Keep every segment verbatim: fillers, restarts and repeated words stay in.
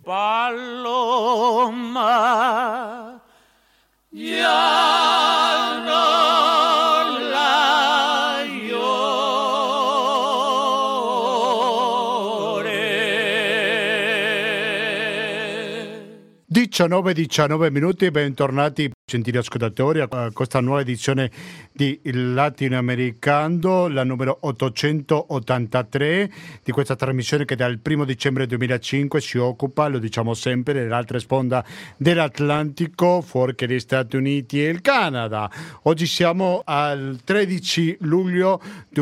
Paloma, ya no la llores. diciannove diciannove minuti, bentornati gentili ascoltatori a questa nuova edizione di Latinoamericano, la numero ottocentottantatré di questa trasmissione che dal primo dicembre duemilacinque si occupa, lo diciamo sempre, dell'altra sponda dell'Atlantico, fuori gli Stati Uniti e il Canada. Oggi siamo al tredici luglio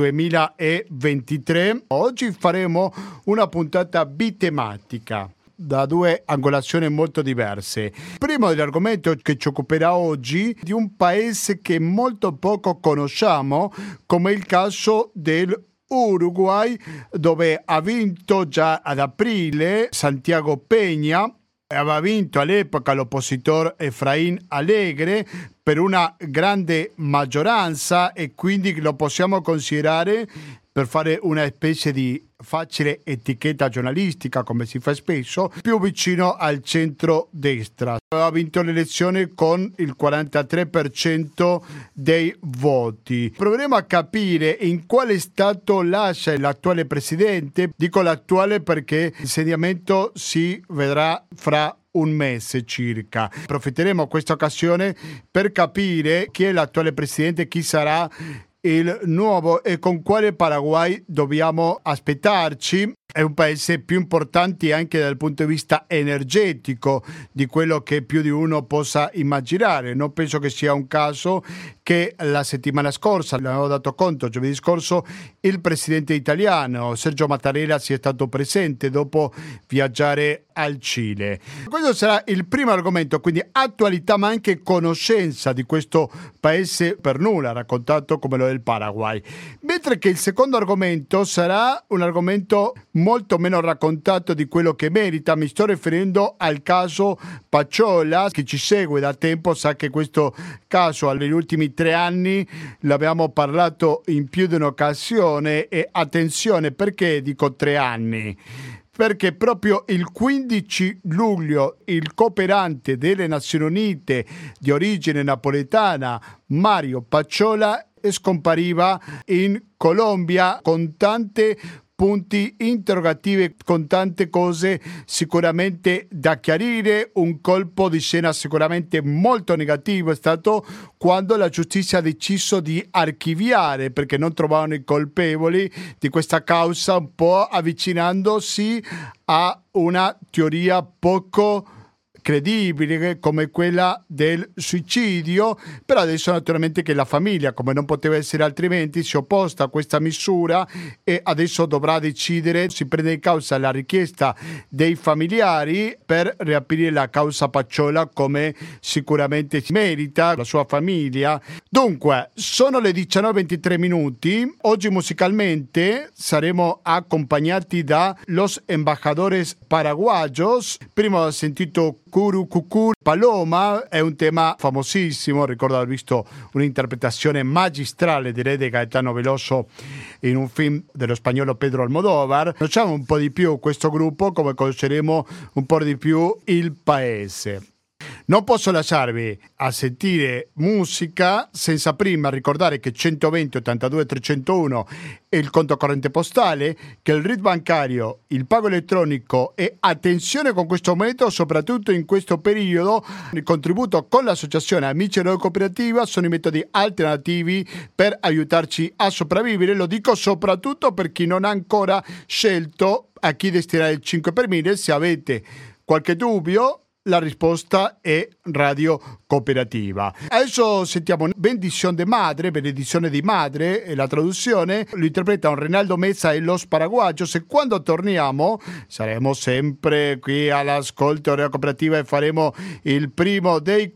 duemilaventitré. Oggi faremo una puntata bitematica da due angolazioni molto diverse. Primo dell'argomento che ci occuperà oggi di un paese che molto poco conosciamo, come il caso del Uruguay, dove ha vinto già ad aprile Santiago Peña. Aveva vinto all'epoca l'oppositore Efraín Alegre per una grande maggioranza e quindi lo possiamo considerare, per fare una specie di facile etichetta giornalistica, come si fa spesso, più vicino al centro-destra. Aveva vinto l'elezione con il quarantatré per cento dei voti. Proveremo a capire in quale stato lascia l'attuale presidente. Dico l'attuale perché l'insediamento si vedrà fra un mese circa. Approfitteremo questa occasione per capire chi è l'attuale presidente, chi sarà il nuovo e con quale Paraguay dobbiamo aspettarci. È un paese più importante anche dal punto di vista energetico di quello che più di uno possa immaginare. Non penso che sia un caso che la settimana scorsa, ne avevo dato conto giovedì scorso, il presidente italiano Sergio Mattarella sia stato presente dopo viaggiare al Cile. Questo sarà il primo argomento, quindi attualità ma anche conoscenza di questo paese per nulla raccontato come lo del Paraguay. Mentre che il secondo argomento sarà un argomento molto meno raccontato di quello che merita. Mi sto riferendo al caso Pacciola. Chi ci segue da tempo sa che questo caso negli ultimi tre anni l'abbiamo parlato in più di un'occasione. E attenzione, perché dico tre anni? Perché proprio il quindici luglio il cooperante delle Nazioni Unite di origine napoletana Mario Pacciola scompariva in Colombia con tante punti interrogativi, con tante cose sicuramente da chiarire. Un colpo di scena sicuramente molto negativo è stato quando la giustizia ha deciso di archiviare, perché non trovavano i colpevoli di questa causa, un po' avvicinandosi a una teoria poco credibile come quella del suicidio. Però adesso naturalmente che la famiglia, come non poteva essere altrimenti, si è opposta a questa misura e adesso dovrà decidere, si prende in causa la richiesta dei familiari per riaprire la causa Pacciola come sicuramente si merita la sua famiglia. Dunque sono le diciannove e ventitré minuti. Oggi musicalmente saremo accompagnati da Los Embajadores Paraguayos. Prima ho sentito Curu Cucú Paloma, è un tema famosissimo, ricordo aver visto un'interpretazione magistrale direi di Gaetano Veloso in un film dello spagnolo Pedro Almodóvar. Conosciamo un po' di più questo gruppo, come conosceremo un po' di più il paese. Non posso lasciarvi a sentire musica senza prima ricordare che centoventi ottantadue trecentouno è il conto corrente postale, che il R I D bancario, il pago elettronico e, attenzione con questo metodo, soprattutto in questo periodo, il contributo con l'associazione Amici della Cooperativa sono i metodi alternativi per aiutarci a sopravvivere. Lo dico soprattutto per chi non ha ancora scelto a chi destinare il cinque per mille. Se avete qualche dubbio, la risposta è Radio Cooperativa. Adesso sentiamo Bendición de Madre, benedizione di madre, è la traduzione, lo interpretano Reinaldo Meza e Los Paraguayos. E quando torniamo saremo sempre qui all'ascolto Radio Cooperativa e faremo il primo dei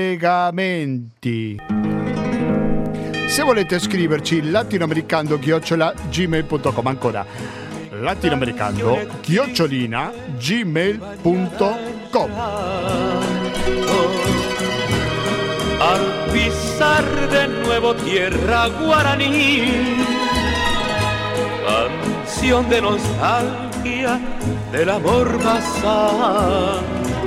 collegamenti. Se volete scriverci, latinoamericano chiocciola gmail punto com, ancora latinoamericano chiocciolina gmail punto com. Al pisar de nuevo tierra guaraní, canción de nostalgia magia del amor más santo.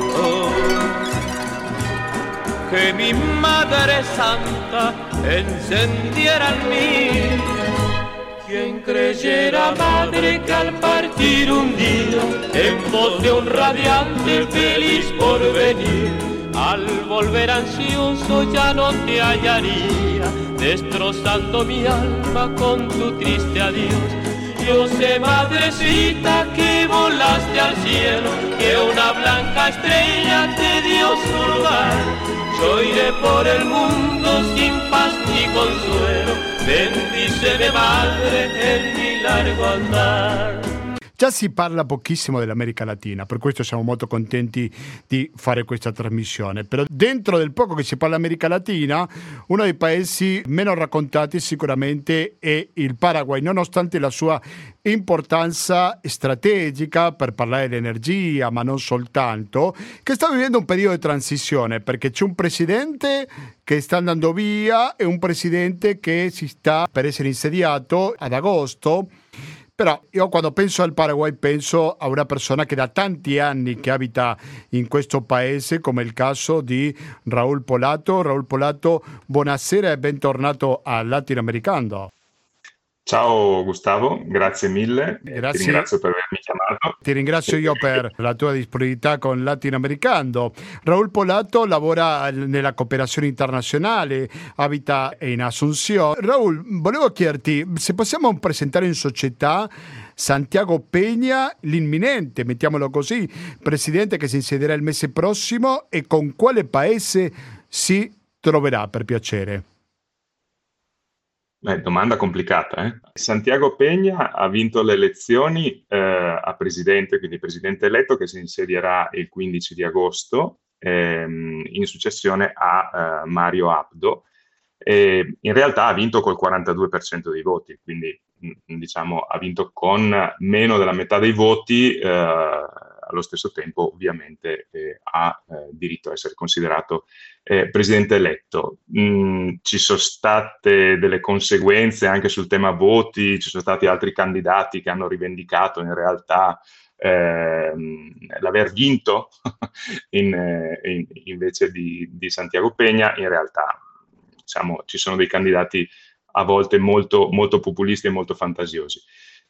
Que mi Madre Santa encendiera en mí. Quien creyera, madre, que al partir un día en pos de un radiante feliz porvenir, al volver ansioso ya no te hallaría, destrozando mi alma con tu triste adiós. Yo sé, madrecita, que volaste al cielo, que una blanca estrella te dio su lugar. Yo iré por el mundo sin paz ni consuelo, bendiceme madre en mi largo andar. Già si parla pochissimo dell'America Latina, per questo siamo molto contenti di fare questa trasmissione. Però dentro del poco che si parla America Latina, uno dei paesi meno raccontati sicuramente è il Paraguay, nonostante la sua importanza strategica per parlare di energia, ma non soltanto, che sta vivendo un periodo di transizione, perché c'è un presidente che sta andando via e un presidente che si sta per essere insediato ad agosto. Però io quando penso al Paraguay penso a una persona che da tanti anni che abita in questo paese, come il caso di Raul Polato. Raul Polato, buonasera e bentornato a Latinoamericano. Ciao Gustavo, grazie mille, Grazie. Ti ringrazio per avermi chiamato. Ti ringrazio io per la tua disponibilità con Latinoamericano. Raul Polato lavora nella cooperazione internazionale, abita in Asunción. Raul, volevo chiederti se possiamo presentare in società Santiago Peña, l'imminente, mettiamolo così, presidente che si insedierà il mese prossimo, e con quale paese si troverà, per piacere? Eh, domanda complicata, eh? Santiago Peña ha vinto le elezioni eh, a presidente, quindi presidente eletto, che si insedierà il quindici di agosto ehm, in successione a eh, Mario Abdo. E in realtà ha vinto col quarantadue per cento dei voti, quindi mh, diciamo ha vinto con meno della metà dei voti. eh, allo stesso tempo ovviamente eh, ha eh, diritto a essere considerato eh, presidente eletto. Mm, ci sono state delle conseguenze anche sul tema voti, ci sono stati altri candidati che hanno rivendicato in realtà ehm, l'aver vinto in, in, invece di, di Santiago Peña. In realtà diciamo, ci sono dei candidati a volte molto, molto populisti e molto fantasiosi.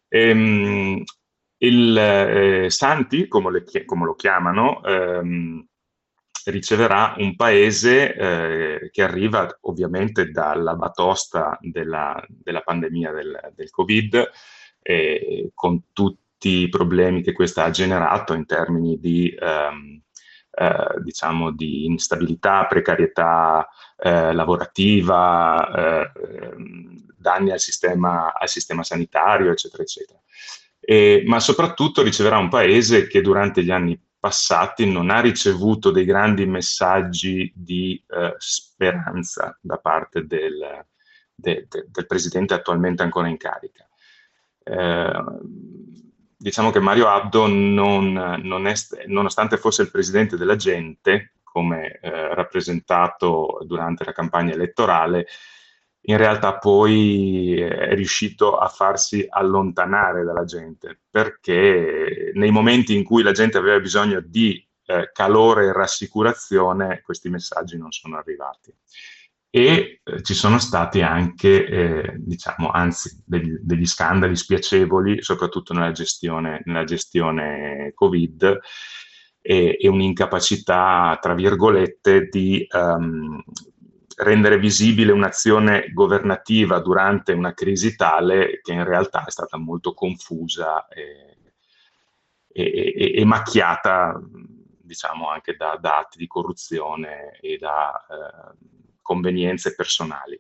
Ehm, Il eh, Santi, come, le, come lo chiamano, ehm, riceverà un paese eh, che arriva ovviamente dalla batosta della, della pandemia del, del Covid, eh, con tutti i problemi che questa ha generato in termini di, ehm, eh, diciamo, di instabilità, precarietà eh, lavorativa, eh, danni al sistema, al sistema sanitario, eccetera, eccetera. Eh, ma soprattutto riceverà un paese che durante gli anni passati non ha ricevuto dei grandi messaggi di eh, speranza da parte del, de, de, del presidente attualmente ancora in carica. Eh, diciamo che Mario Abdo, non, non è, nonostante fosse il presidente della gente, come eh, rappresentato durante la campagna elettorale, in realtà poi è riuscito a farsi allontanare dalla gente, perché nei momenti in cui la gente aveva bisogno di eh, calore e rassicurazione, questi messaggi non sono arrivati. E eh, ci sono stati anche, eh, diciamo, anzi, degli, degli scandali spiacevoli, soprattutto nella gestione, nella gestione Covid, e, e un'incapacità, tra virgolette, di um, rendere visibile un'azione governativa durante una crisi tale che in realtà è stata molto confusa e, e, e, e macchiata, diciamo, anche da, da atti di corruzione e da eh, convenienze personali.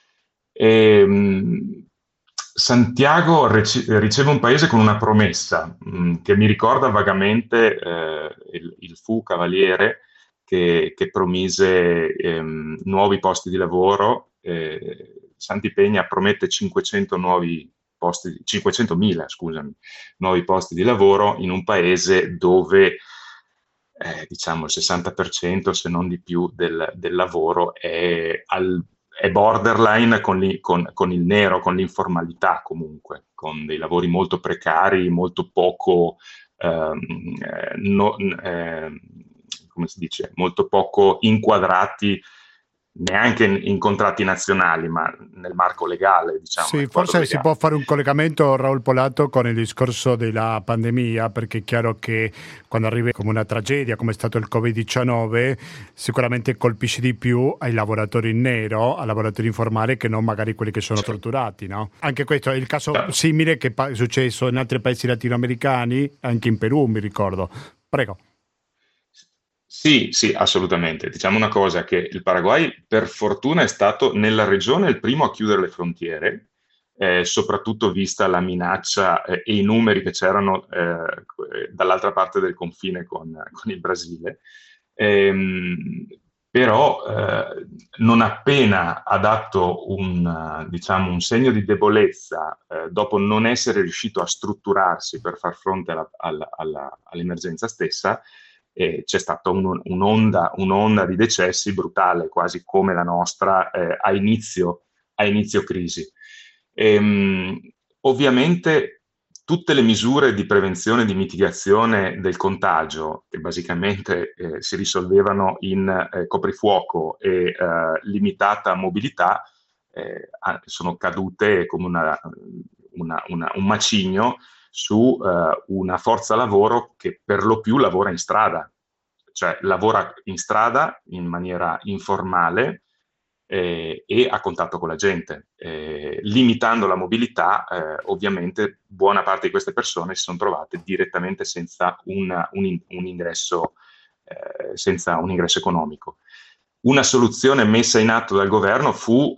E, mh, Santiago rece- riceve un paese con una promessa mh, che mi ricorda vagamente eh, il, il fu Cavaliere, Che, che promise ehm, nuovi posti di lavoro. eh, Santi Peña promette cinquecento nuovi posti, cinquecentomila, scusami, nuovi posti di lavoro in un paese dove eh, diciamo il sessanta per cento, se non di più, del, del lavoro è al, è borderline con, li, con, con il nero, con l'informalità comunque, con dei lavori molto precari, molto poco, ehm, eh, no, eh, come si dice, molto poco inquadrati neanche in, in contratti nazionali, ma nel marco legale, diciamo. Sì, forse legale. Si può fare un collegamento, Raul Polato, con il discorso della pandemia, perché è chiaro che quando arriva come una tragedia, come è stato il covid diciannove, sicuramente colpisce di più ai lavoratori in nero, ai lavoratori informali, che non magari quelli che sono certo. torturati, no? Anche questo è il caso certo. simile che è successo in altri paesi latinoamericani, anche in Perù, mi ricordo. Prego. Sì, sì, assolutamente. Diciamo una cosa, che il Paraguay per fortuna è stato nella regione il primo a chiudere le frontiere, eh, soprattutto vista la minaccia eh, e i numeri che c'erano eh, dall'altra parte del confine con, con il Brasile. Ehm, però eh, non appena ha dato un, diciamo, un segno di debolezza eh, dopo non essere riuscito a strutturarsi per far fronte alla, alla, alla, all'emergenza stessa, Eh, c'è stata un, un'onda, un'onda di decessi brutale, quasi come la nostra eh, a, inizio, a inizio crisi. Ehm, ovviamente tutte le misure di prevenzione e di mitigazione del contagio, che basicamente eh, si risolvevano in eh, coprifuoco e eh, limitata mobilità, eh, sono cadute come una, una, una, un macigno su uh, una forza lavoro che per lo più lavora in strada, cioè lavora in strada in maniera informale eh, e a contatto con la gente. Eh, limitando la mobilità, eh, ovviamente buona parte di queste persone si sono trovate direttamente senza un, un, un, ingresso, eh, senza un ingresso economico. Una soluzione messa in atto dal governo fu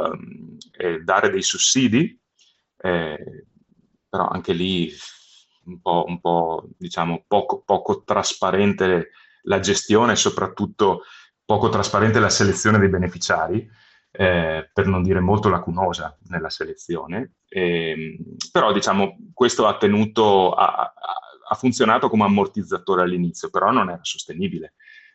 eh, dare dei sussidi, eh, però anche lì un po', un po' diciamo, poco, poco trasparente la gestione e soprattutto poco trasparente la selezione dei beneficiari, eh, per non dire molto lacunosa nella selezione. E, però diciamo questo ha tenuto, ha, ha funzionato come ammortizzatore all'inizio, però non era sostenibile.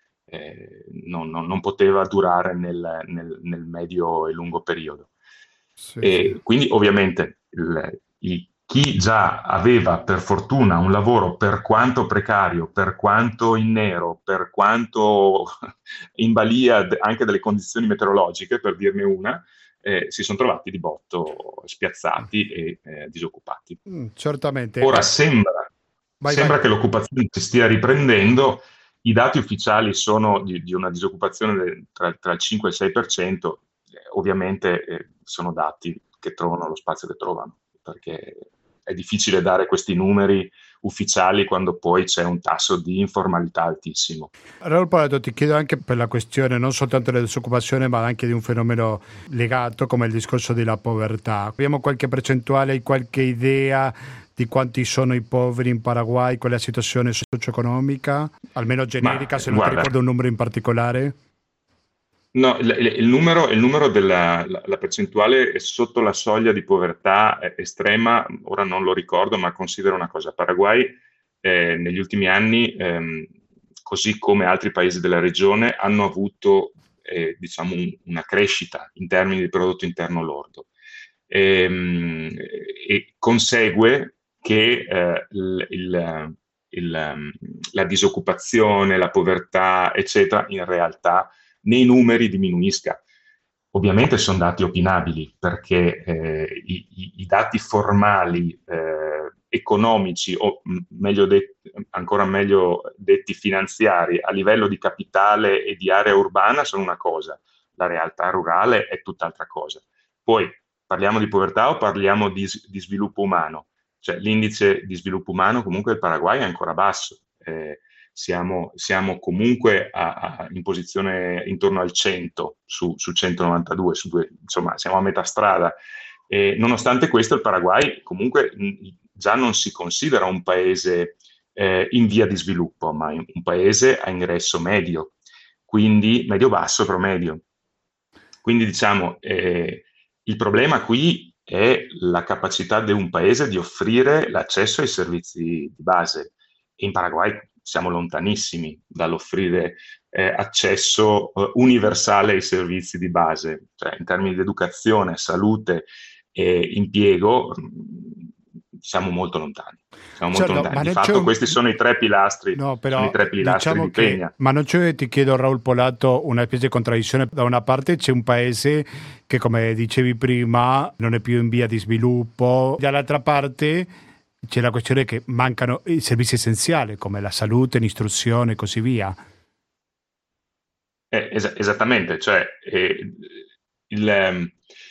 Eh, non, non, non poteva durare nel, nel, nel medio e lungo periodo. Sì, e sì. Quindi ovviamente il, il chi già aveva per fortuna un lavoro, per quanto precario, per quanto in nero, per quanto in balia anche delle condizioni meteorologiche, per dirne una, eh, si sono trovati di botto spiazzati e eh, disoccupati. Mm, certamente. Ora sembra, vai, sembra vai. che l'occupazione si stia riprendendo. I dati ufficiali sono di, di una disoccupazione tra, tra il cinque e il sei per cento, eh, ovviamente eh, sono dati che trovano lo spazio che trovano, perché è difficile dare questi numeri ufficiali quando poi c'è un tasso di informalità altissimo. Raul Polato, ti chiedo anche per la questione non soltanto della disoccupazione, ma anche di un fenomeno legato come il discorso della povertà. Abbiamo qualche percentuale, qualche idea di quanti sono i poveri in Paraguay, qual è la situazione socio-economica, almeno generica, ma, se non guarda, ti ricordo un numero in particolare? No, il, il numero, il numero della la, la percentuale è sotto la soglia di povertà estrema, ora non lo ricordo, ma considero una cosa: Paraguay eh, negli ultimi anni, ehm, così come altri paesi della regione, hanno avuto eh, diciamo un, una crescita in termini di prodotto interno lordo, e, e consegue che eh, il, il, il, la disoccupazione, la povertà, eccetera, in realtà nei numeri diminuisca. Ovviamente sono dati opinabili, perché eh, i, i, i dati formali eh, economici, o meglio detti, ancora meglio detti finanziari, a livello di capitale e di area urbana sono una cosa, la realtà rurale è tutt'altra cosa. Poi parliamo di povertà o parliamo di, di sviluppo umano? Cioè l'indice di sviluppo umano comunque del Paraguay è ancora basso. Eh, Siamo, siamo comunque a, a, in posizione intorno al cento su, su centonovantadue, su due, insomma siamo a metà strada. E nonostante questo il Paraguay comunque mh, già non si considera un paese eh, in via di sviluppo, ma un paese a ingresso medio, quindi medio-basso però medio. Quindi diciamo eh, il problema qui è la capacità di un paese di offrire l'accesso ai servizi di base. In Paraguay siamo lontanissimi dall'offrire eh, accesso eh, universale ai servizi di base, cioè in termini di educazione, salute e impiego, mh, siamo molto lontani. Siamo Certo, molto ma lontani. Di non c'è fatto un- questi sono i tre pilastri, No, sono i però tre eh, pilastri diciamo di che, Peña. ma non c'è, ti chiedo Raul Polato, una specie di contraddizione. Da una parte c'è un paese che, come dicevi prima, non è più in via di sviluppo, dall'altra parte c'è la questione che mancano i servizi essenziali come la salute, l'istruzione e così via. Eh, es- esattamente, cioè eh, il, ehm,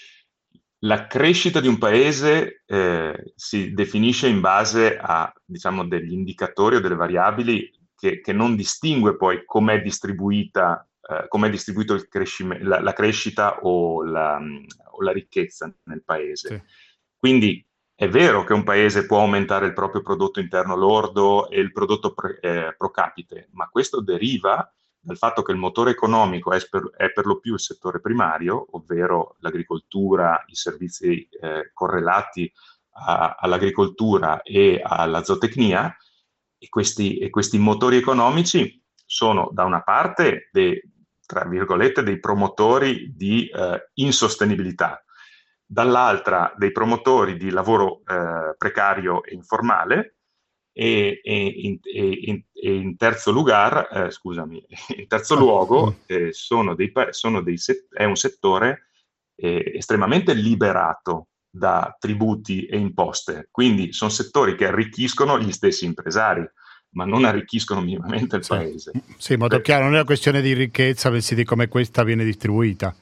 la crescita di un paese eh, si definisce in base a, diciamo, degli indicatori o delle variabili che, che non distingue poi com'è distribuita, eh, com'è distribuito il crescime- la, la crescita o la, o la ricchezza nel paese. Sì. Quindi è vero che un paese può aumentare il proprio prodotto interno lordo e il prodotto pre- eh, pro capite, ma questo deriva dal fatto che il motore economico è per, è per lo più il settore primario, ovvero l'agricoltura, i servizi eh, correlati a, all'agricoltura e alla zootecnia, e questi, e questi motori economici sono da una parte dei, tra virgolette, dei promotori di eh, insostenibilità, dall'altra dei promotori di lavoro eh, precario e informale, e, e, in, e, in, e in terzo lugar, eh, scusami, in terzo luogo eh, sono dei, sono dei set, è un settore eh, estremamente liberato da tributi e imposte, quindi sono settori che arricchiscono gli stessi impresari, ma non arricchiscono minimamente il Sì. paese. Sì, in modo Que- chiaro, non è una questione di ricchezza, bensì di come questa viene distribuita.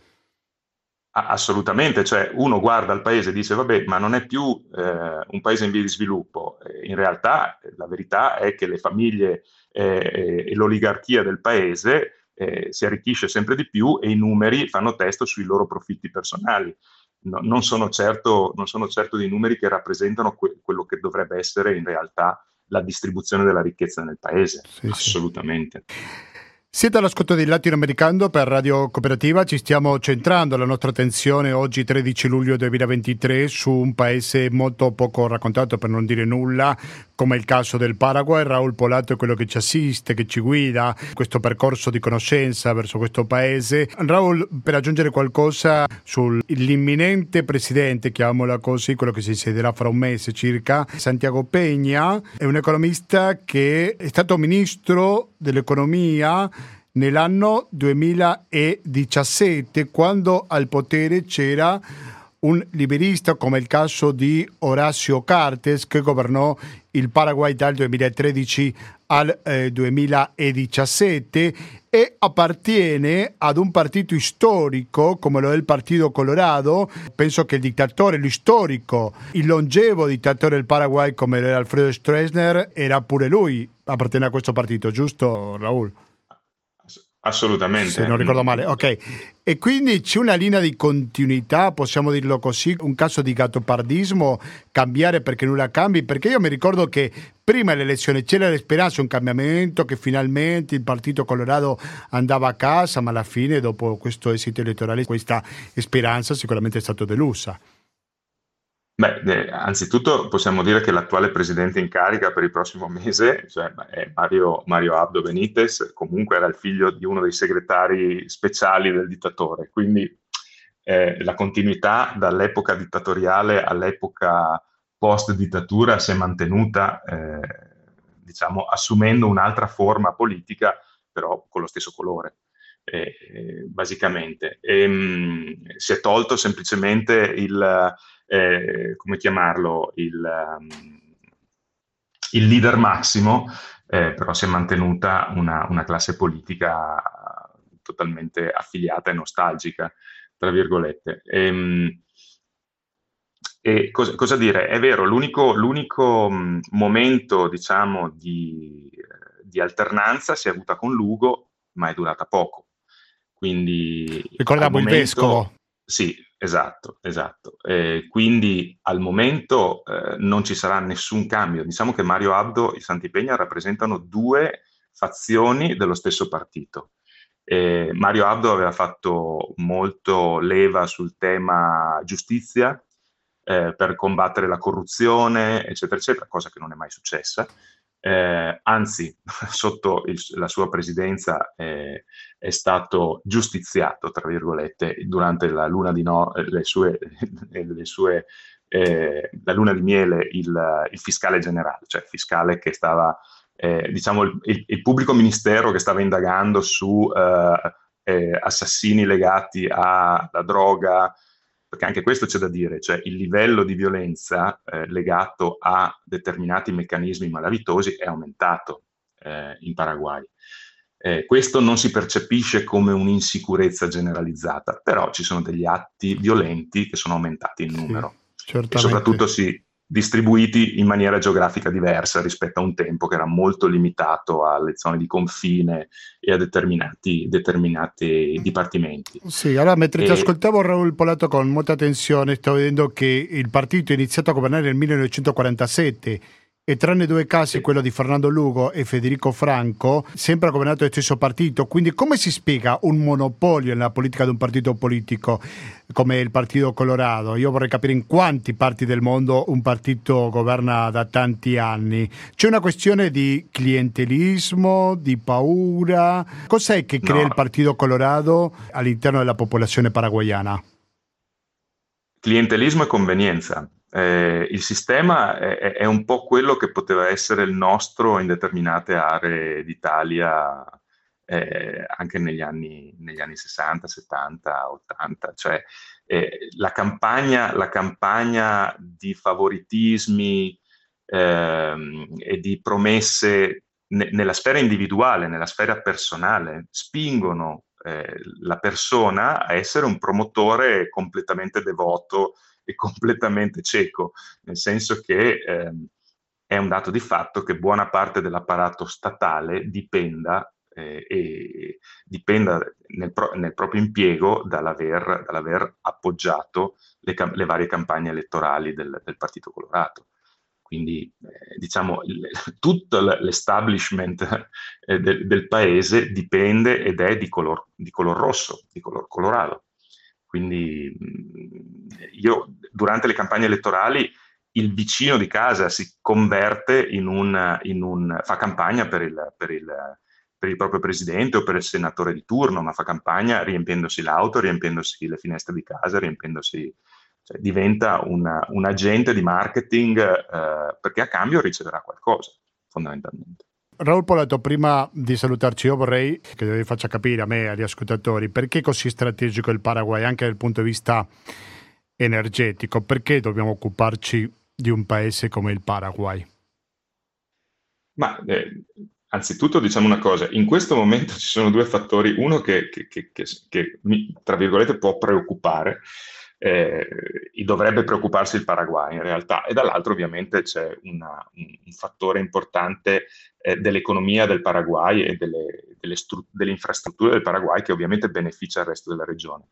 Assolutamente, cioè uno guarda il paese e dice vabbè, ma non è più eh, un paese in via di sviluppo. Eh, in realtà eh, la verità è che le famiglie eh, e l'oligarchia del paese eh, si arricchisce sempre di più e i numeri fanno testo sui loro profitti personali. No, non sono certo, non sono certo dei numeri che rappresentano que- quello che dovrebbe essere in realtà la distribuzione della ricchezza nel paese. Sì, sì. Assolutamente. Siete all'ascolto di Latinoamericano per Radio Cooperativa, ci stiamo centrando la nostra attenzione oggi tredici luglio duemilaventitré su un paese molto poco raccontato, per non dire nulla, come il caso del Paraguay. Raul Polato è quello che ci assiste, che ci guida questo percorso di conoscenza verso questo paese. Raul, per aggiungere qualcosa sull'imminente presidente, chiamiamola così, quello che si siederà fra un mese circa, Santiago Peña, è un economista che è stato ministro dell'economia nell'anno duemiladiciassette, quando al potere c'era un liberista come il caso di Horacio Cartes, che governò il Paraguay dal duemilatredici al eh, duemiladiciassette, e appartiene ad un partito storico come lo è il Partito Colorado. Penso che il dittatore, lo storico, il longevo dittatore del Paraguay come lo era Alfredo Stroessner, era pure lui, appartiene a questo partito, giusto Raul? Assolutamente. Se non ricordo male, ok. E quindi c'è una linea di continuità, possiamo dirlo così, un caso di gattopardismo, cambiare perché nulla cambi, perché io mi ricordo che prima dell'elezione c'era la speranza, un cambiamento, che finalmente il Partito Colorado andava a casa, ma alla fine, dopo questo esito elettorale, questa speranza sicuramente è stata delusa. Beh, eh, anzitutto possiamo dire che l'attuale presidente in carica per il prossimo mese, cioè è Mario, Mario Abdo Benítez, comunque era il figlio di uno dei segretari speciali del dittatore, quindi eh, la continuità dall'epoca dittatoriale all'epoca post-dittatura si è mantenuta, eh, diciamo, assumendo un'altra forma politica, però con lo stesso colore. Eh, basicamente e, mh, si è tolto semplicemente il eh, come chiamarlo il, um, il leader massimo, eh, però si è mantenuta una, una classe politica totalmente affiliata e nostalgica, tra virgolette. E, mh, e cosa, cosa dire? È vero, l'unico, l'unico mh, momento, diciamo, di, di alternanza si è avuta con Lugo, ma è durata poco. Quindi Ricordavo al il momento, vescovo. Sì, esatto, esatto. Eh, quindi al momento eh, non ci sarà nessun cambio. Diciamo che Mario Abdo e Santi Peña rappresentano due fazioni dello stesso partito. Eh, Mario Abdo aveva fatto molto leva sul tema giustizia, eh, per combattere la corruzione, eccetera, eccetera, cosa che non è mai successa. Eh, anzi, sotto il, la sua presidenza eh, è stato giustiziato, tra virgolette, durante la luna di no, le sue, le sue eh, la luna di miele, il, il fiscale generale, cioè il fiscale che stava, eh, diciamo, il, il, il pubblico ministero che stava indagando su eh, eh, assassini legati alla droga, perché anche questo c'è da dire, cioè il livello di violenza eh, legato a determinati meccanismi malavitosi è aumentato eh, in Paraguay. Eh, questo non si percepisce come un'insicurezza generalizzata, però ci sono degli atti violenti che sono aumentati in numero sì, e soprattutto si distribuiti in maniera geografica diversa rispetto a un tempo che era molto limitato alle zone di confine e a determinati, determinati dipartimenti. Sì, allora mentre e... ti ascoltavo Raul Polato con molta attenzione, stavo vedendo che il partito è iniziato a governare nel millenovecentoquarantasette e tranne due casi, sì, quello di Fernando Lugo e Federico Franco, sempre ha governato lo stesso partito. Quindi come si spiega un monopolio nella politica di un partito politico come il Partito Colorado? Io vorrei capire in quanti parti del mondo un partito governa da tanti anni. C'è una questione di clientelismo, di paura? Cos'è che crea no. il Partito Colorado all'interno della popolazione paraguayana? Clientelismo e convenienza. Eh, il sistema è, è un po' quello che poteva essere il nostro in determinate aree d'Italia eh, anche negli anni, negli anni sessanta, settanta, ottanta, cioè eh, la campagna, la campagna di favoritismi ehm, e di promesse ne, nella sfera individuale, nella sfera personale, spingono eh, la persona a essere un promotore completamente devoto e completamente cieco, nel senso che ehm, è un dato di fatto che buona parte dell'apparato statale dipenda eh, e dipenda nel, pro- nel proprio impiego dall'aver, dall'aver appoggiato le, cam- le varie campagne elettorali del, del Partito Colorato. Quindi eh, diciamo il, tutto l'establishment eh, del, del paese dipende ed è di color, di color rosso, di color colorado. Quindi io durante le campagne elettorali il vicino di casa si converte in un, in un fa campagna per il, per, il, per il proprio presidente o per il senatore di turno, ma fa campagna riempiendosi l'auto, riempiendosi le finestre di casa, riempiendosi, cioè diventa una, un agente di marketing eh, perché a cambio riceverà qualcosa, fondamentalmente. Raul Polato, prima di salutarci io vorrei che vi faccia capire a me e agli ascoltatori perché è così strategico il Paraguay anche dal punto di vista energetico, perché dobbiamo occuparci di un paese come il Paraguay? Ma eh, anzitutto diciamo una cosa, in questo momento ci sono due fattori, uno che, che, che, che, che tra virgolette può preoccupare, eh, dovrebbe preoccuparsi il Paraguay in realtà, e dall'altro ovviamente c'è una, un, un fattore importante eh, dell'economia del Paraguay e delle, delle, stru- delle infrastrutture del Paraguay che ovviamente beneficia il resto della regione.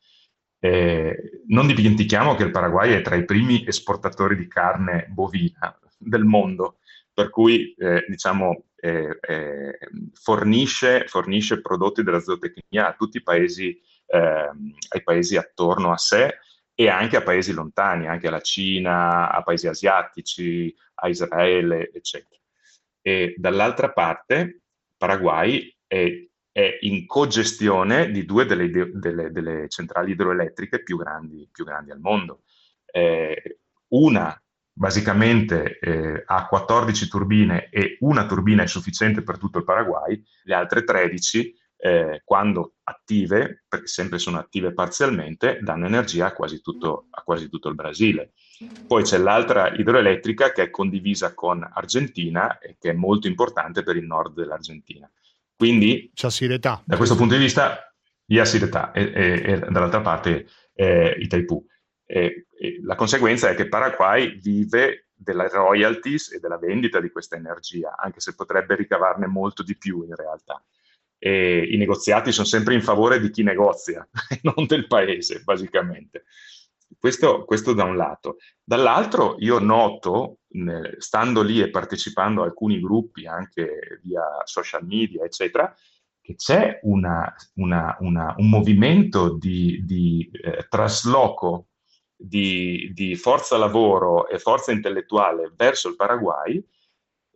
Eh, non dimentichiamo che il Paraguay è tra i primi esportatori di carne bovina del mondo, per cui eh, diciamo eh, eh, fornisce, fornisce prodotti della zootecnia a tutti i paesi, eh, ai paesi attorno a sé e anche a paesi lontani, anche alla Cina, a paesi asiatici, a Israele, eccetera. E dall'altra parte, Paraguay è, è in cogestione di due delle, delle, delle centrali idroelettriche più grandi, più grandi al mondo. Eh, una basicamente eh, ha quattordici turbine e una turbina è sufficiente per tutto il Paraguay, le altre tredici, eh, quando attive, perché sempre sono attive parzialmente, danno energia a quasi tutto, a quasi tutto il Brasile. Poi c'è l'altra idroelettrica che è condivisa con Argentina e che è molto importante per il nord dell'Argentina. Quindi, Ciaciretà. da questo punto di vista, Yacyretá e, e, e dall'altra parte eh, Itaipú. E, e la conseguenza è che Paraguay vive della royalties e della vendita di questa energia, anche se potrebbe ricavarne molto di più in realtà. E i negoziati sono sempre in favore di chi negozia, non del paese, basicamente. Questo, questo da un lato. Dall'altro io noto, eh, stando lì e partecipando a alcuni gruppi, anche via social media, eccetera, che c'è una, una, una, un movimento di, di eh, trasloco di, di forza lavoro e forza intellettuale verso il Paraguay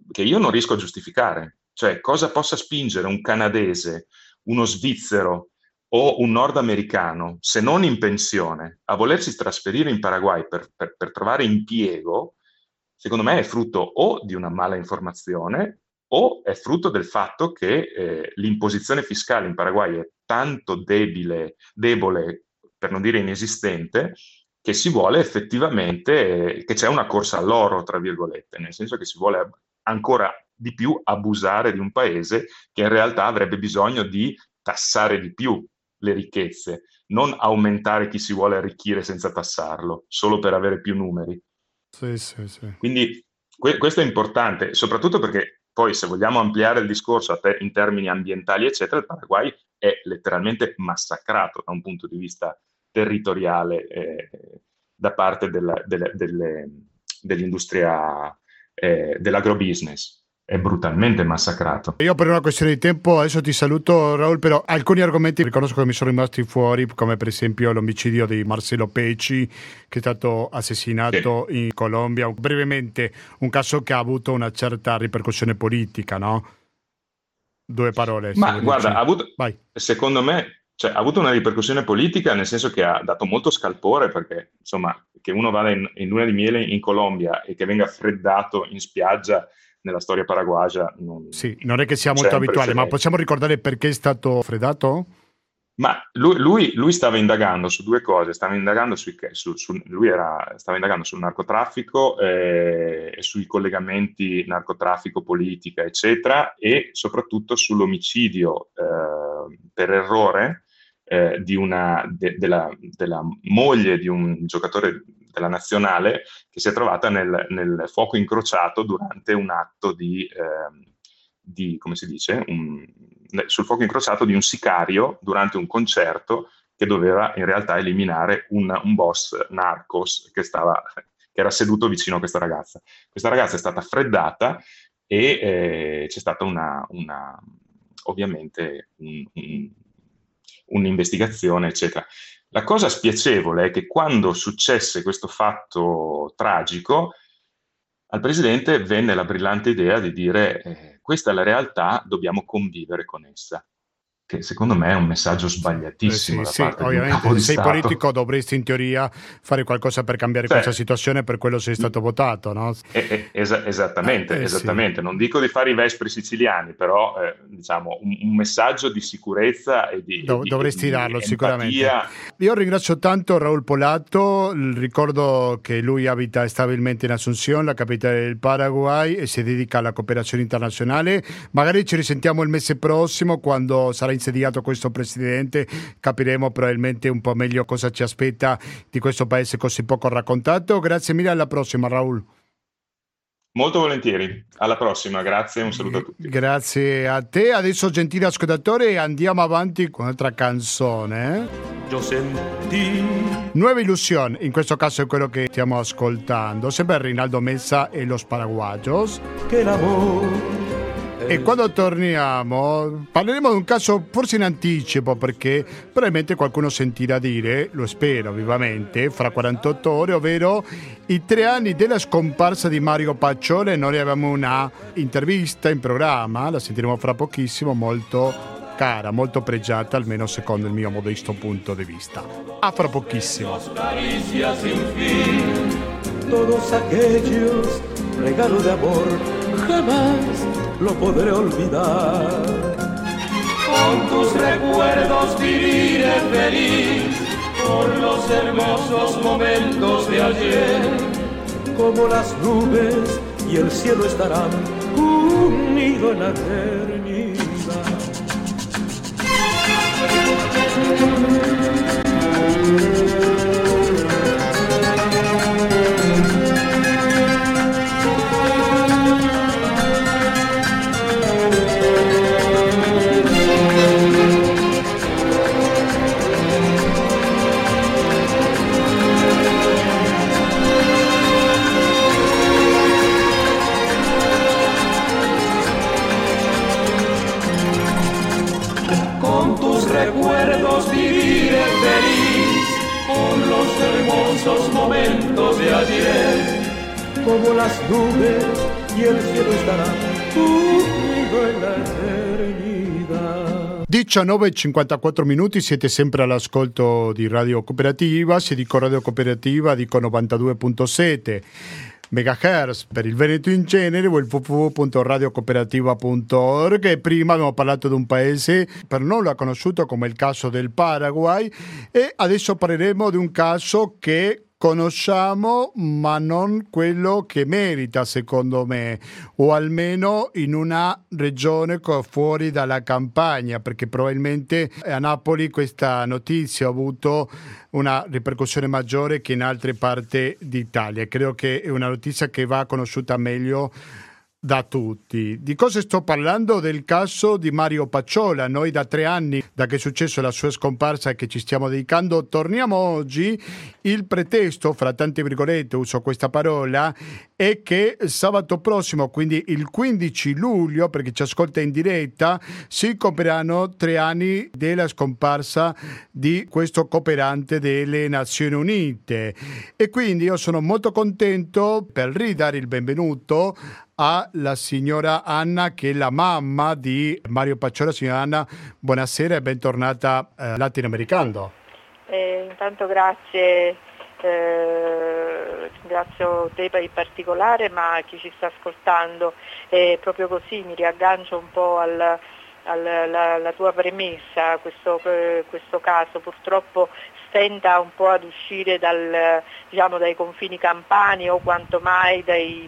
che io non riesco a giustificare. Cioè, cosa possa spingere un canadese, uno svizzero o un nordamericano, se non in pensione, a volersi trasferire in Paraguay per, per, per trovare impiego, secondo me è frutto o di una mala informazione o è frutto del fatto che eh, l'imposizione fiscale in Paraguay è tanto debile, debole, per non dire inesistente, che si vuole effettivamente, eh, che c'è una corsa all'oro, tra virgolette, nel senso che si vuole ancora di più abusare di un paese che in realtà avrebbe bisogno di tassare di più le ricchezze, non aumentare chi si vuole arricchire senza tassarlo, solo per avere più numeri. Sì, sì, sì. Quindi que- questo è importante, soprattutto perché poi se vogliamo ampliare il discorso a te- in termini ambientali, eccetera, il Paraguay è letteralmente massacrato da un punto di vista territoriale eh, da parte della, delle, delle, dell'industria eh, dell'agrobusiness. È brutalmente massacrato. Io per una questione di tempo adesso ti saluto, Raul, però alcuni argomenti riconosco che mi sono rimasti fuori, come per esempio l'omicidio di Marcelo Pecci, che è stato assassinato sì. in Colombia. Brevemente, un caso che ha avuto una certa ripercussione politica, no? Due parole. Ma guarda, ha avuto, Vai. secondo me, cioè, ha avuto una ripercussione politica nel senso che ha dato molto scalpore, perché insomma, che uno vada in, in luna di miele in Colombia e che venga freddato in spiaggia nella storia paraguagia non, sì, non è che sia molto abituale, ma possiamo ricordare perché è stato freddato? Ma lui, lui, lui stava indagando su due cose, stava indagando sui, su, su, lui era, stava indagando sul narcotraffico eh, e sui collegamenti narcotraffico-politica, eccetera, e soprattutto sull'omicidio eh, per errore eh, di una, de, della, della moglie di un giocatore della nazionale che si è trovata nel, nel fuoco incrociato durante un atto di, eh, di come si dice, un, sul fuoco incrociato di un sicario durante un concerto che doveva in realtà eliminare un, un boss narcos che, stava, che era seduto vicino a questa ragazza. Questa ragazza è stata freddata e eh, c'è stata una, una ovviamente un, un, un'investigazione, eccetera. La cosa spiacevole è che quando successe questo fatto tragico, al presidente venne la brillante idea di dire eh, questa è la realtà, dobbiamo convivere con essa. Che secondo me è un messaggio sbagliatissimo eh da sì, parte sì, ovviamente, di un capo di se sei Stato. politico dovresti in teoria fare qualcosa per cambiare sì. questa situazione, per quello sei stato votato, no? Eh, eh, es- esattamente, eh, esattamente. Sì. Non dico di fare i vespri siciliani, però eh, diciamo un, un messaggio di sicurezza e di Dov- e dovresti di, darlo di sicuramente. Io ringrazio tanto Raul Polato, ricordo che lui abita stabilmente in Asunción, la capitale del Paraguay, e si dedica alla cooperazione internazionale. Magari ci risentiamo il mese prossimo quando sarà insediato questo presidente, capiremo probabilmente un po' meglio cosa ci aspetta di questo paese così poco raccontato. Grazie mille, alla prossima Raul. Molto volentieri, alla prossima, grazie e un saluto a tutti. Grazie a te. Adesso, gentile ascoltatore, andiamo avanti con un'altra canzone. Io sentì Nueva Ilusión, in questo caso è quello che stiamo ascoltando, sempre Rinaldo Meza e Los Paraguayos. Che l'amore. E quando torniamo parleremo di un caso forse in anticipo, perché probabilmente qualcuno sentirà dire, lo spero vivamente, fra quarantotto ore, ovvero i tre anni della scomparsa di Mario Paccioli. Noi abbiamo una intervista in programma, la sentiremo fra pochissimo, molto cara, molto pregiata, almeno secondo il mio modesto punto di vista. A fra pochissimo. Todos aquellos regalos de amor jamás lo podré olvidar. Con tus recuerdos viviré feliz por los hermosos momentos de ayer. Como las nubes y el cielo estarán unidos en la eternidad. Recuerdos viviré feliz con los hermosos momentos de ayer, como las nubes y el cielo estará conmigo en la eternidad. diciannove e cinquantaquattro minuti, siete sempre all'ascolto di Radio Cooperativa. Se dico Radio Cooperativa dico novantadue virgola sette megahertz per il Veneto in genere o il w w w punto radio cooperativa punto org. E prima abbiamo parlato di un paese per non l'ha conosciuto, come il caso del Paraguay, e adesso parleremo di un caso che conosciamo ma non quello che merita, secondo me, o almeno in una regione fuori dalla campagna, perché probabilmente a Napoli questa notizia ha avuto una ripercussione maggiore che in altre parti d'Italia. Credo che è una notizia che va conosciuta meglio da tutti. Di cosa sto parlando? Del caso di Mario Pacciola. Noi da tre anni, da che è successo la sua scomparsa e che ci stiamo dedicando, torniamo oggi. Il pretesto, fra tante virgolette, uso questa parola, è che sabato prossimo, quindi il quindici luglio, perché ci ascolta in diretta, si compiranno tre anni della scomparsa di questo cooperante delle Nazioni Unite. E quindi io sono molto contento per ridare il benvenuto alla signora Anna, che è la mamma di Mario Pacciola. Signora Anna, buonasera e bentornata a Latinoamericano. Eh, intanto grazie, eh, ringrazio te in particolare, ma chi ci sta ascoltando. Eh, proprio così mi riaggancio un po' al, alla, alla tua premessa. Questo, eh, questo caso purtroppo stenta un po' ad uscire dal, diciamo, dai confini campani o quanto mai dai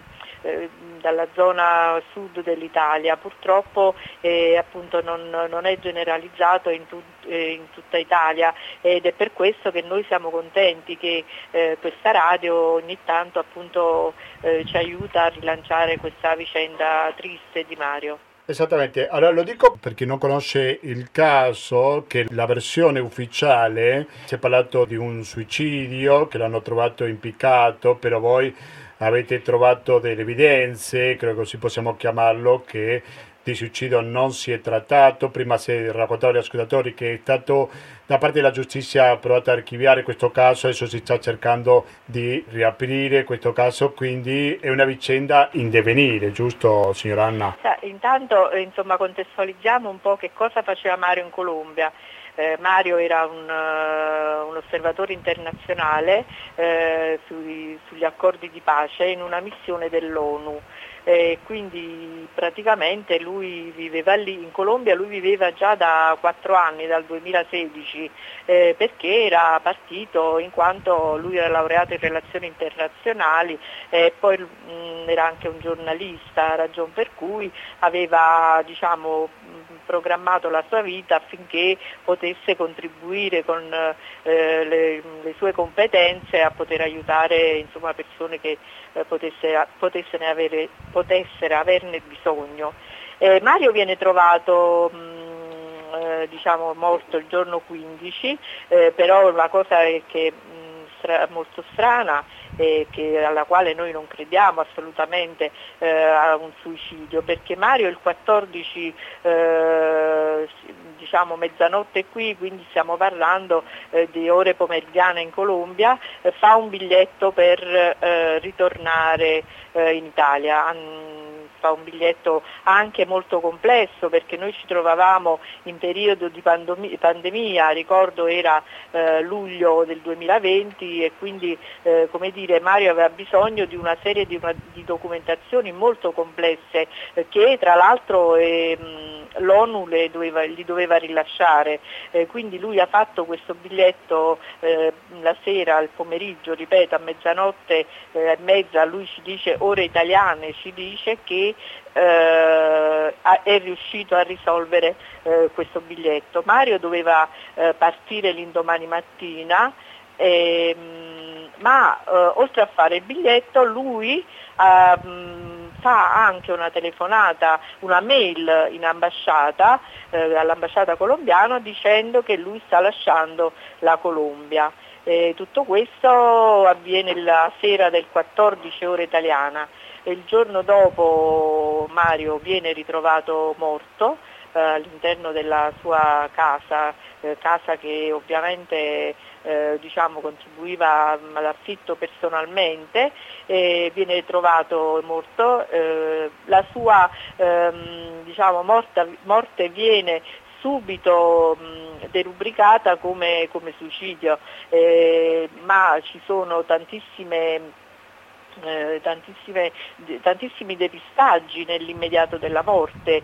dalla zona sud dell'Italia. Purtroppo eh, appunto non, non è generalizzato in, tu, eh, in tutta Italia, ed è per questo che noi siamo contenti che eh, questa radio ogni tanto appunto eh, ci aiuta a rilanciare questa vicenda triste di Mario. Esattamente, allora lo dico per chi non conosce il caso, che la versione ufficiale si è parlato di un suicidio, che l'hanno trovato impiccato, però voi avete trovato delle evidenze, credo così possiamo chiamarlo, che di suicidio non si è trattato. Prima si raccontava agli ascoltatori che è stato da parte della giustizia provato ad archiviare questo caso, adesso si sta cercando di riaprire questo caso, quindi è una vicenda in divenire, giusto signora Anna? Intanto insomma contestualizziamo un po' che cosa faceva Mario in Colombia. Eh, Mario era un, uh, un osservatore internazionale eh, sui, sugli accordi di pace in una missione dell'ONU. Eh, quindi praticamente lui viveva lì in Colombia, lui viveva già da quattro anni, dal duemilasedici, eh, perché era partito in quanto lui era laureato in relazioni internazionali e eh, poi mh, era anche un giornalista, ragion per cui aveva diciamo programmato la sua vita affinché potesse contribuire con eh, le, le sue competenze a poter aiutare insomma, persone che eh, potesse, potessero, avere, potessero averne bisogno. Eh, Mario viene trovato mh, eh, diciamo, morto il giorno quindici, eh, però la cosa è che molto strana eh, che, alla quale noi non crediamo assolutamente eh, a un suicidio, perché Mario il quattordici eh, diciamo mezzanotte qui, quindi stiamo parlando eh, di ore pomeridiane in Colombia, eh, fa un biglietto per eh, ritornare eh, in Italia. An- fa un biglietto anche molto complesso, perché noi ci trovavamo in periodo di pandemia, pandemia ricordo era eh, luglio del duemilaventi, e quindi eh, come dire Mario aveva bisogno di una serie di, una, di documentazioni molto complesse eh, che tra l'altro eh, l'ONU le doveva, li doveva rilasciare, eh, quindi lui ha fatto questo biglietto eh, la sera, al pomeriggio, ripeto a mezzanotte eh, e mezza, lui ci dice ore italiane, ci dice che eh, è riuscito a risolvere eh, questo biglietto. Mario doveva eh, partire l'indomani mattina, eh, ma eh, oltre a fare il biglietto lui eh, fa anche una telefonata, una mail in ambasciata, eh, all'ambasciata colombiana, dicendo che lui sta lasciando la Colombia. Eh, tutto questo avviene la sera del quattordici ora italiana. E il giorno dopo Mario viene ritrovato morto, eh, all'interno della sua casa, eh, casa che ovviamente eh, diciamo, contribuiva all'affitto personalmente, e viene trovato morto. Eh, la sua ehm, diciamo, morta, morte viene subito mh, derubricata come, come suicidio, eh, ma ci sono tantissime Eh, tantissime, tantissimi depistaggi nell'immediato della morte,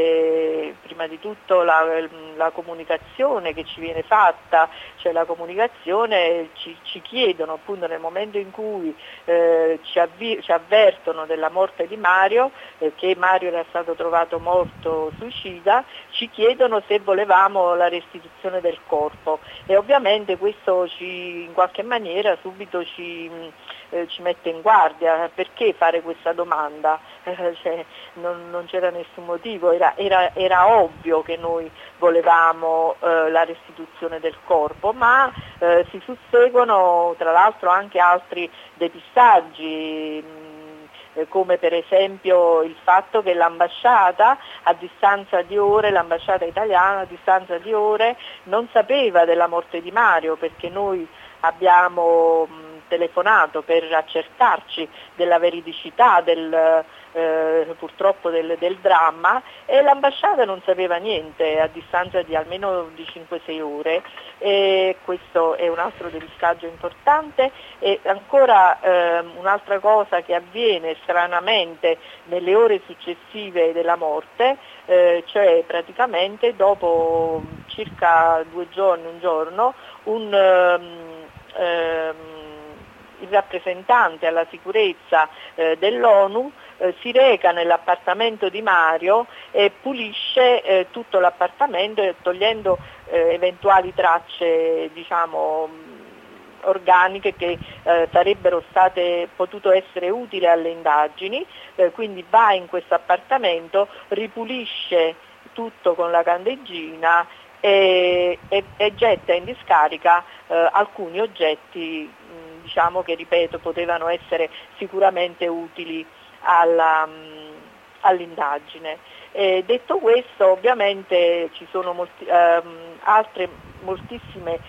eh, prima di tutto la, la comunicazione che ci viene fatta, cioè la comunicazione ci, ci chiedono appunto nel momento in cui eh, ci, avvi, ci avvertono della morte di Mario, eh, che Mario era stato trovato morto suicida, ci chiedono se volevamo la restituzione del corpo, e ovviamente questo ci, in qualche maniera subito ci, eh, ci mette in guardia. Guardia, perché fare questa domanda? Eh, cioè, non, non c'era nessun motivo, era, era, era ovvio che noi volevamo eh, la restituzione del corpo, ma eh, si susseguono tra l'altro anche altri depistaggi, mh, come per esempio il fatto che l'ambasciata a distanza di ore, l'ambasciata italiana a distanza di ore non sapeva della morte di Mario, perché noi abbiamo mh, telefonato per accertarci della veridicità del, eh, purtroppo del, del dramma, e l'ambasciata non sapeva niente a distanza di almeno di cinque sei ore, e questo è un altro depistaggio importante. E ancora eh, un'altra cosa che avviene stranamente nelle ore successive della morte, eh, cioè praticamente dopo circa due giorni, un giorno, un um, um, il rappresentante alla sicurezza eh, dell'ONU eh, si reca nell'appartamento di Mario e pulisce eh, tutto l'appartamento, togliendo eh, eventuali tracce, diciamo, organiche che eh, sarebbero state potuto essere utili alle indagini, eh, quindi va in questo appartamento, ripulisce tutto con la candeggina e, e, e getta in discarica eh, alcuni oggetti, diciamo, che, ripeto, potevano essere sicuramente utili alla, mh, all'indagine. E detto questo, ovviamente ci sono molti, ehm, altre moltissime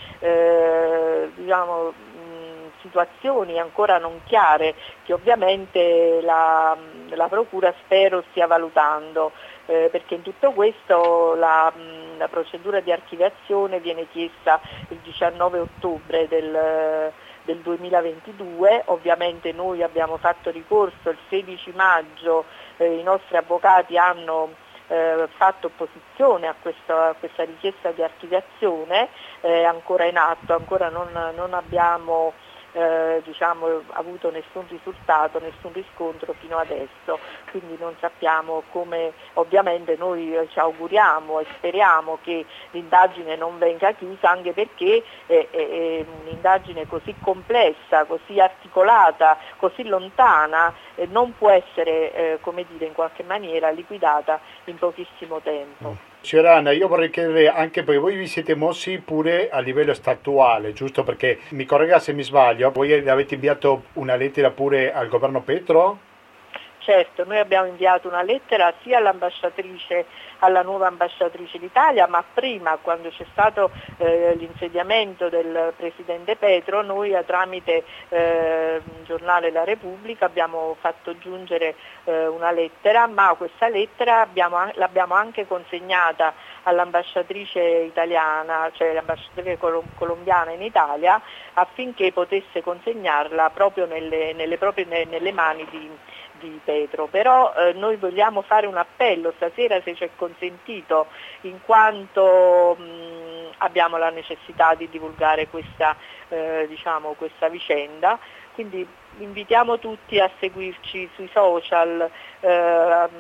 eh, diciamo, mh, situazioni ancora non chiare che ovviamente la, la Procura spero stia valutando, eh, perché in tutto questo la, mh, la procedura di archiviazione viene chiesta il diciannove ottobre del del duemilaventidue, ovviamente noi abbiamo fatto ricorso il sedici maggio, eh, i nostri avvocati hanno eh, fatto opposizione a questa, a questa richiesta di archiviazione, eh, ancora in atto, ancora non, non abbiamo eh, diciamo, avuto nessun risultato, nessun riscontro fino adesso, quindi non sappiamo come. Ovviamente noi ci auguriamo e speriamo che l'indagine non venga chiusa, anche perché è, è, è un'indagine così complessa, così articolata, così lontana, eh, non può essere eh, come dire, in qualche maniera liquidata in pochissimo tempo. Signora Anna, io vorrei chiedere, anche perché voi vi siete mossi pure a livello statuale, giusto? Perché, mi corregga se mi sbaglio, voi avete inviato una lettera pure al governo Petro? Certo, noi abbiamo inviato una lettera sia all'ambasciatrice, alla nuova ambasciatrice d'Italia, ma prima, quando c'è stato eh, l'insediamento del presidente Petro, noi tramite eh, il giornale La Repubblica abbiamo fatto giungere eh, una lettera, ma questa lettera abbiamo, l'abbiamo anche consegnata all'ambasciatrice italiana, cioè l'ambasciatrice colom- colombiana in Italia, affinché potesse consegnarla proprio nelle, nelle, proprie, nelle mani di di Petro. Però eh, noi vogliamo fare un appello stasera, se ci è consentito, in quanto mh, abbiamo la necessità di divulgare questa, eh, diciamo, questa vicenda, quindi invitiamo tutti a seguirci sui social, eh,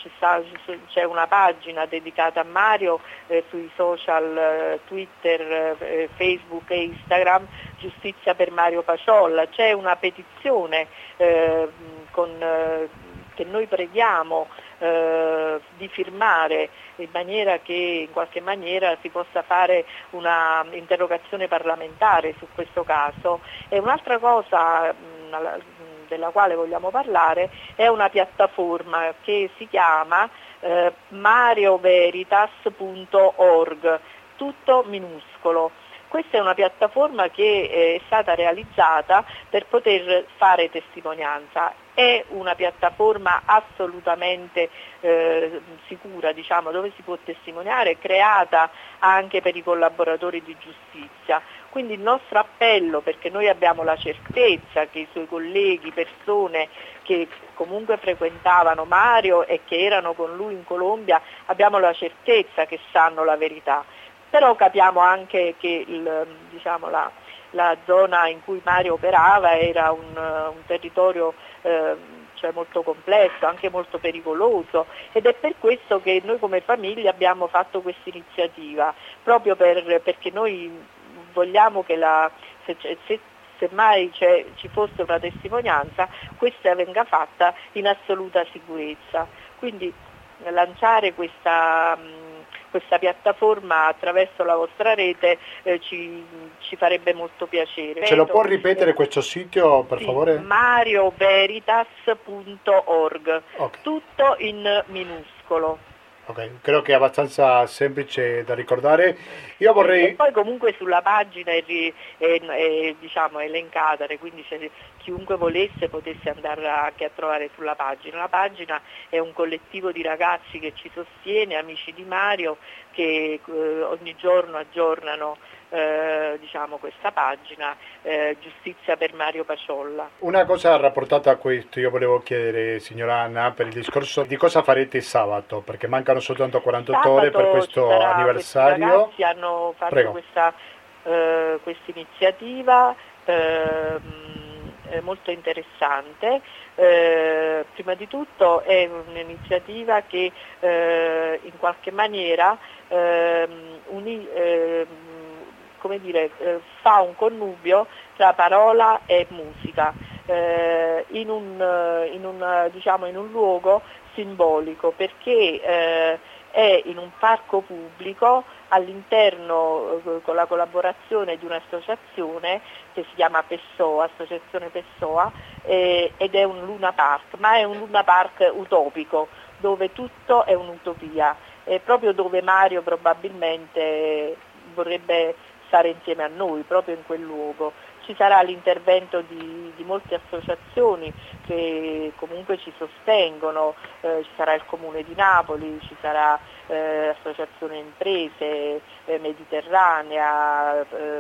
c'è una pagina dedicata a Mario eh, sui social, eh, Twitter, eh, Facebook e Instagram, Giustizia per Mario Paciolla, c'è una petizione eh, con, eh, che noi preghiamo eh, di firmare, in maniera che in qualche maniera si possa fare una interrogazione parlamentare su questo caso. E un'altra cosa mh, della quale vogliamo parlare è una piattaforma che si chiama eh, marioveritas punto org, tutto minuscolo. Questa è una piattaforma che è stata realizzata per poter fare testimonianza. È una piattaforma assolutamente eh, sicura, diciamo, dove si può testimoniare, creata anche per i collaboratori di giustizia. Quindi il nostro appello, perché noi abbiamo la certezza che i suoi colleghi, persone che comunque frequentavano Mario e che erano con lui in Colombia, abbiamo la certezza che sanno la verità. Però capiamo anche che il, diciamo, la, la zona in cui Mario operava era un, un territorio eh, cioè molto complesso, anche molto pericoloso, ed è per questo che noi come famiglia abbiamo fatto questa iniziativa, proprio per, perché noi vogliamo che la, se, se, semmai ci fosse una testimonianza, questa venga fatta in assoluta sicurezza. Quindi lanciare questa... questa piattaforma attraverso la vostra rete eh, ci, ci farebbe molto piacere. Ce lo può ripetere questo sito, per sì, favore? marioveritas punto org, okay. Tutto in minuscolo. Ok, credo che è abbastanza semplice da ricordare. Io vorrei... E poi comunque sulla pagina è, è, è diciamo, elencata, quindi se chiunque volesse potesse andare anche a trovare sulla pagina. La pagina è un collettivo di ragazzi che ci sostiene, amici di Mario, che eh, ogni giorno aggiornano eh, diciamo, questa pagina, eh, Giustizia per Mario Paciolla. Una cosa rapportata a questo io volevo chiedere, signora Anna, per il discorso di cosa farete sabato, perché mancano soltanto quarantotto Sabato ore per questo anniversario. I ragazzi hanno fatto Prego. questa eh, iniziativa eh, molto interessante. Eh, prima di tutto è un'iniziativa che eh, in qualche maniera eh, uni, eh, come dire, eh, fa un connubio tra parola e musica eh, in, un, in, un, diciamo, in un luogo simbolico, perché eh, è in un parco pubblico all'interno eh, con la collaborazione di un'associazione che si chiama Pessoa, Associazione Pessoa, eh, ed è un Luna Park, ma è un Luna Park utopico, dove tutto è un'utopia, è proprio dove Mario probabilmente vorrebbe stare insieme a noi, proprio in quel luogo. Ci sarà l'intervento di, di molte associazioni che comunque ci sostengono, eh, ci sarà il Comune di Napoli, ci sarà eh, Associazione Imprese eh, Mediterranea, eh,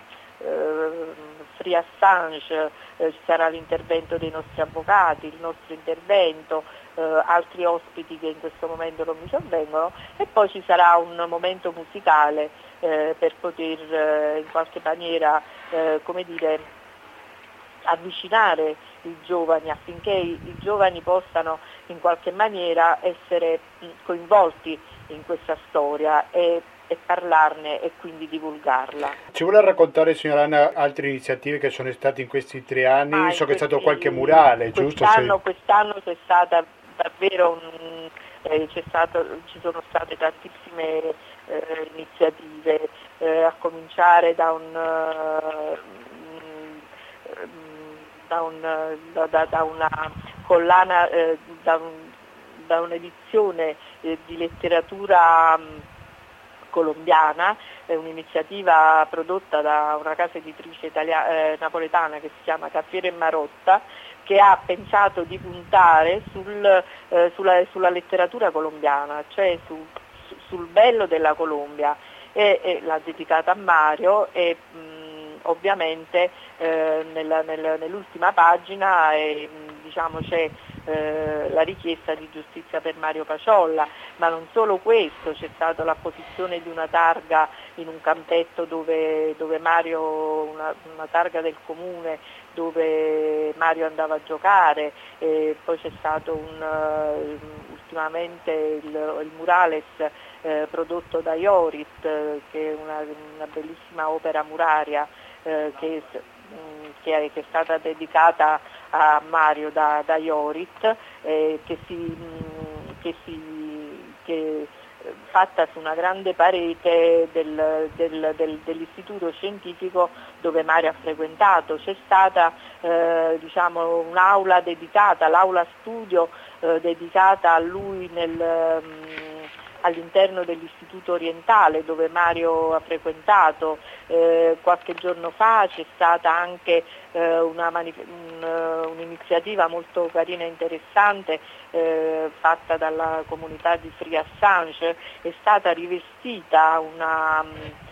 eh, Free Assange, eh, ci sarà l'intervento dei nostri avvocati, il nostro intervento, eh, altri ospiti che in questo momento non mi sovvengono, e poi ci sarà un momento musicale eh, per poter eh, in qualche maniera eh, come dire, avvicinare i giovani, affinché i, i giovani possano in qualche maniera essere mh, coinvolti in questa storia e, e parlarne e quindi divulgarla. Ci vuole raccontare, signora Anna, altre iniziative che sono state in questi tre anni? Ah, so che è stato questi, qualche murale, giusto? Quest'anno, quest'anno c'è stata davvero un, eh, c'è stato, ci sono state tantissime eh, iniziative, eh, a cominciare da un uh, Da, un, da, da una collana, eh, da, un, da un'edizione eh, di letteratura mh, colombiana, è un'iniziativa prodotta da una casa editrice italia, eh, napoletana che si chiama Caffiere e Marotta, che ha pensato di puntare sul, eh, sulla, sulla letteratura colombiana, cioè su, su, sul bello della Colombia, e, e l'ha dedicata a Mario e mh, ovviamente eh, nella, nel, nell'ultima pagina eh, diciamo, c'è eh, la richiesta di giustizia per Mario Paciolla, ma non solo questo, c'è stata l'apposizione di una targa in un campetto dove, dove Mario, una, una targa del comune dove Mario andava a giocare, e poi c'è stato un, uh, ultimamente il, il murales eh, prodotto da Iorit, eh, che è una, una bellissima opera muraria eh, che, mh, che, è, che è stata dedicata a Mario da, da Iorit, eh, che si, mh, che si che, fatta su una grande parete del, del, del, dell'istituto scientifico dove Mario ha frequentato. C'è stata eh, diciamo, un'aula dedicata, l'aula studio eh, dedicata a lui nel, mh, all'interno dell'Istituto Orientale dove Mario ha frequentato. Eh, qualche giorno fa c'è stata anche eh, una manif- un, un'iniziativa molto carina e interessante eh, fatta dalla comunità di Free Assange. È stata rivestita una...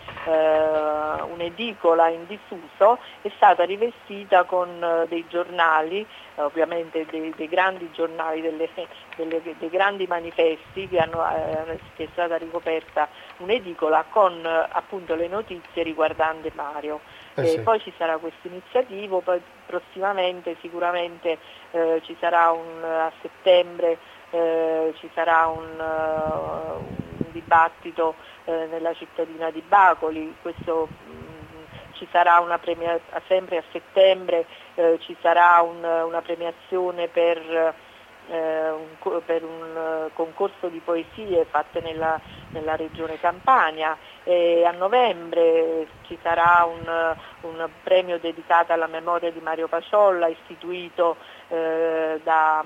Uh, un'edicola in disuso, è stata rivestita con uh, dei giornali, uh, ovviamente dei, dei grandi giornali, delle, delle, dei grandi manifesti che, hanno, uh, che è stata ricoperta un'edicola con uh, appunto le notizie riguardanti Mario. Eh sì. E poi ci sarà questo iniziativo, poi prossimamente sicuramente uh, ci sarà un, a settembre uh, ci sarà un, uh, un dibattito eh, nella cittadina di Bacoli. Questo mh, ci sarà una premia- sempre a settembre eh, ci sarà un, una premiazione per, eh, un, per un concorso di poesie fatte nella, nella regione Campania, e a novembre ci sarà un, un premio dedicato alla memoria di Mario Paciolla istituito eh, da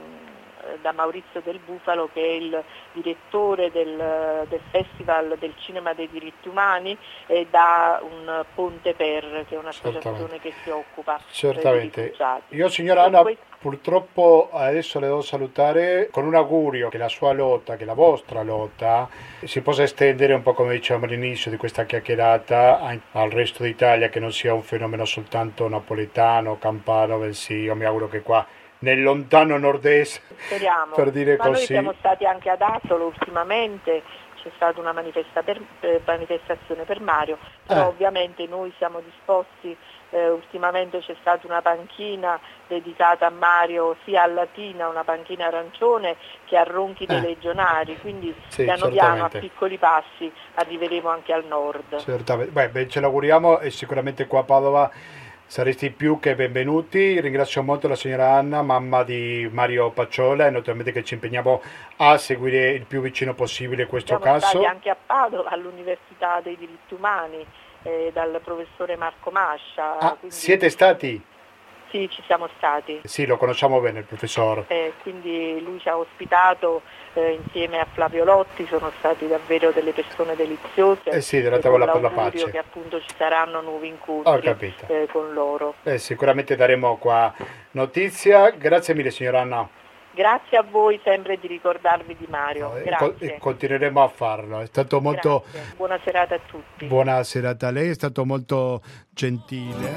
da Maurizio Del Bufalo, che è il direttore del, del Festival del Cinema dei Diritti Umani, e da un Ponte Per, che è un'associazione che si occupa Certamente. dei rifugiati. Io, signora Anna, purtroppo adesso le devo salutare con un augurio che la sua lotta, che la vostra lotta, si possa estendere un po', come dicevamo all'inizio di questa chiacchierata, al resto d'Italia, che non sia un fenomeno soltanto napoletano, campano, bensì io mi auguro che qua nel lontano nord-est, speriamo, per dire ma così. Noi siamo stati anche ad Asolo ultimamente, c'è stata una manifesta per, eh, manifestazione per Mario, però eh. ovviamente noi siamo disposti, eh, ultimamente c'è stata una panchina dedicata a Mario sia a Latina, una panchina arancione, che a Ronchi dei eh. Legionari, quindi sì, piano piano, a piccoli passi, arriveremo anche al nord. Certamente, beh, beh, ce l'auguriamo, e sicuramente qua a Padova saresti più che benvenuti. Ringrazio molto la signora Anna, mamma di Mario Paciolla, e naturalmente che ci impegniamo a seguire il più vicino possibile questo Siamo caso. Siamo stati anche a Padova all'Università dei Diritti Umani eh, dal professore Marco Mascia. Ah, quindi... siete stati? Sì, ci siamo stati. Sì, lo conosciamo bene il professor. Eh, quindi lui ci ha ospitato eh, insieme a Flavio Lotti, sono stati davvero delle persone deliziose. Eh sì, della tavola per la pace. Che appunto ci saranno nuovi incontri eh, con loro. Eh, sicuramente daremo qua notizia. Grazie mille signora Anna. Grazie a voi sempre di ricordarvi di Mario. No, Grazie. E continueremo a farlo. È stato molto. Grazie. Buona serata a tutti. Buona serata a lei, è stato molto gentile.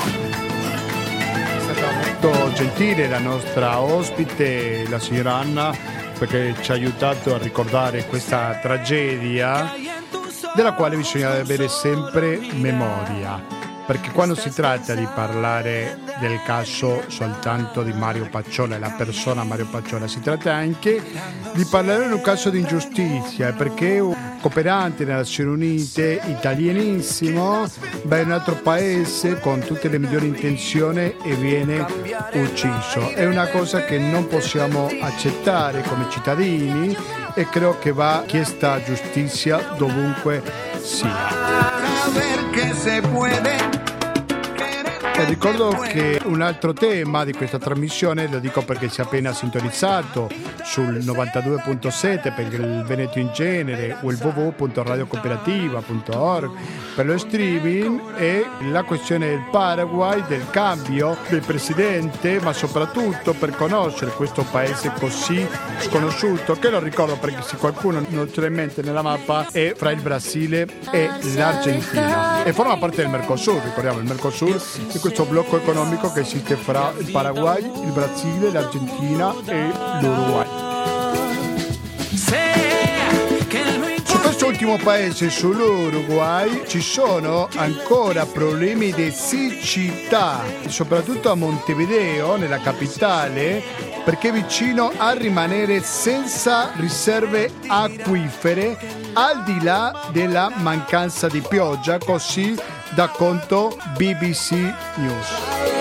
È stata molto gentile la nostra ospite, la signora Anna, perché ci ha aiutato a ricordare questa tragedia della quale bisogna avere sempre memoria. Perché quando si tratta di parlare del caso soltanto di Mario Paciolla e la persona Mario Paciolla, si tratta anche di parlare di un caso di ingiustizia, perché un cooperante nelle Nazioni Unite, italianissimo, va in un altro paese con tutte le migliori intenzioni e viene ucciso. È una cosa che non possiamo accettare come cittadini, e credo che va chiesta giustizia dovunque sia. E ricordo che un altro tema di questa trasmissione, lo dico perché si è appena sintonizzato sul novantadue virgola sette per il Veneto in genere, o il w w w punto radio cooperativa punto org per lo streaming, è la questione del Paraguay, del cambio del presidente, ma soprattutto per conoscere questo paese così sconosciuto, che lo ricordo perché se qualcuno non ce l'ha in mente nella mappa, è fra il Brasile e l'Argentina e forma parte del Mercosur. Ricordiamo il Mercosur è questo blocco economico che esiste fra il Paraguay, il Brasile, l'Argentina e l'Uruguay. Su questo ultimo paese, sull'Uruguay, ci sono ancora problemi di siccità, soprattutto a Montevideo, nella capitale, perché è vicino a rimanere senza riserve acquifere, al di là della mancanza di pioggia, così da conto B B C News.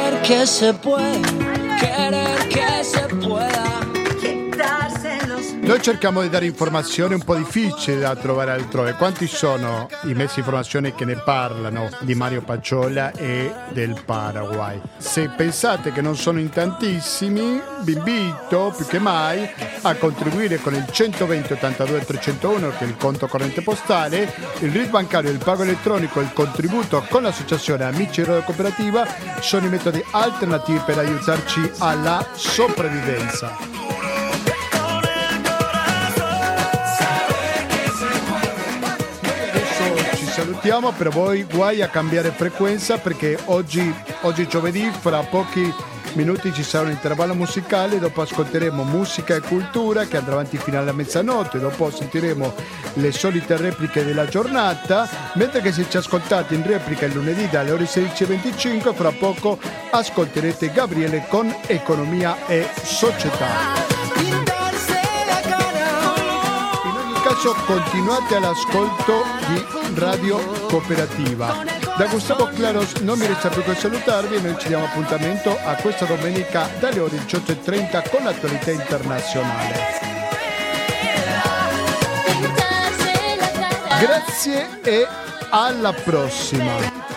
Noi Noi cerchiamo di dare informazioni un po' difficili da trovare altrove. Quanti sono i mezzi di informazione che ne parlano di Mario Paciolla e del Paraguay? Se pensate che non sono in tantissimi, vi invito più che mai a contribuire con il centoventi ottantadue trecentouno, che è il conto corrente postale, il R I D bancario, il pago elettronico, il contributo con l'associazione Amici Radio Cooperativa sono i metodi alternativi per aiutarci alla sopravvivenza. Salutiamo, per voi guai a cambiare frequenza perché oggi, oggi è giovedì, fra pochi minuti ci sarà un intervallo musicale, dopo ascolteremo musica e cultura che andrà avanti fino alla mezzanotte, dopo sentiremo le solite repliche della giornata, mentre che se ci ascoltate in replica il lunedì dalle ore sedici e venticinque, fra poco ascolterete Gabriele con Economia e Società. Continuate all'ascolto di Radio Cooperativa. Da Gustavo Claros non mi resta più che salutarvi e noi ci diamo appuntamento a questa domenica dalle ore diciotto e trenta con l'attualità internazionale. Grazie e alla prossima.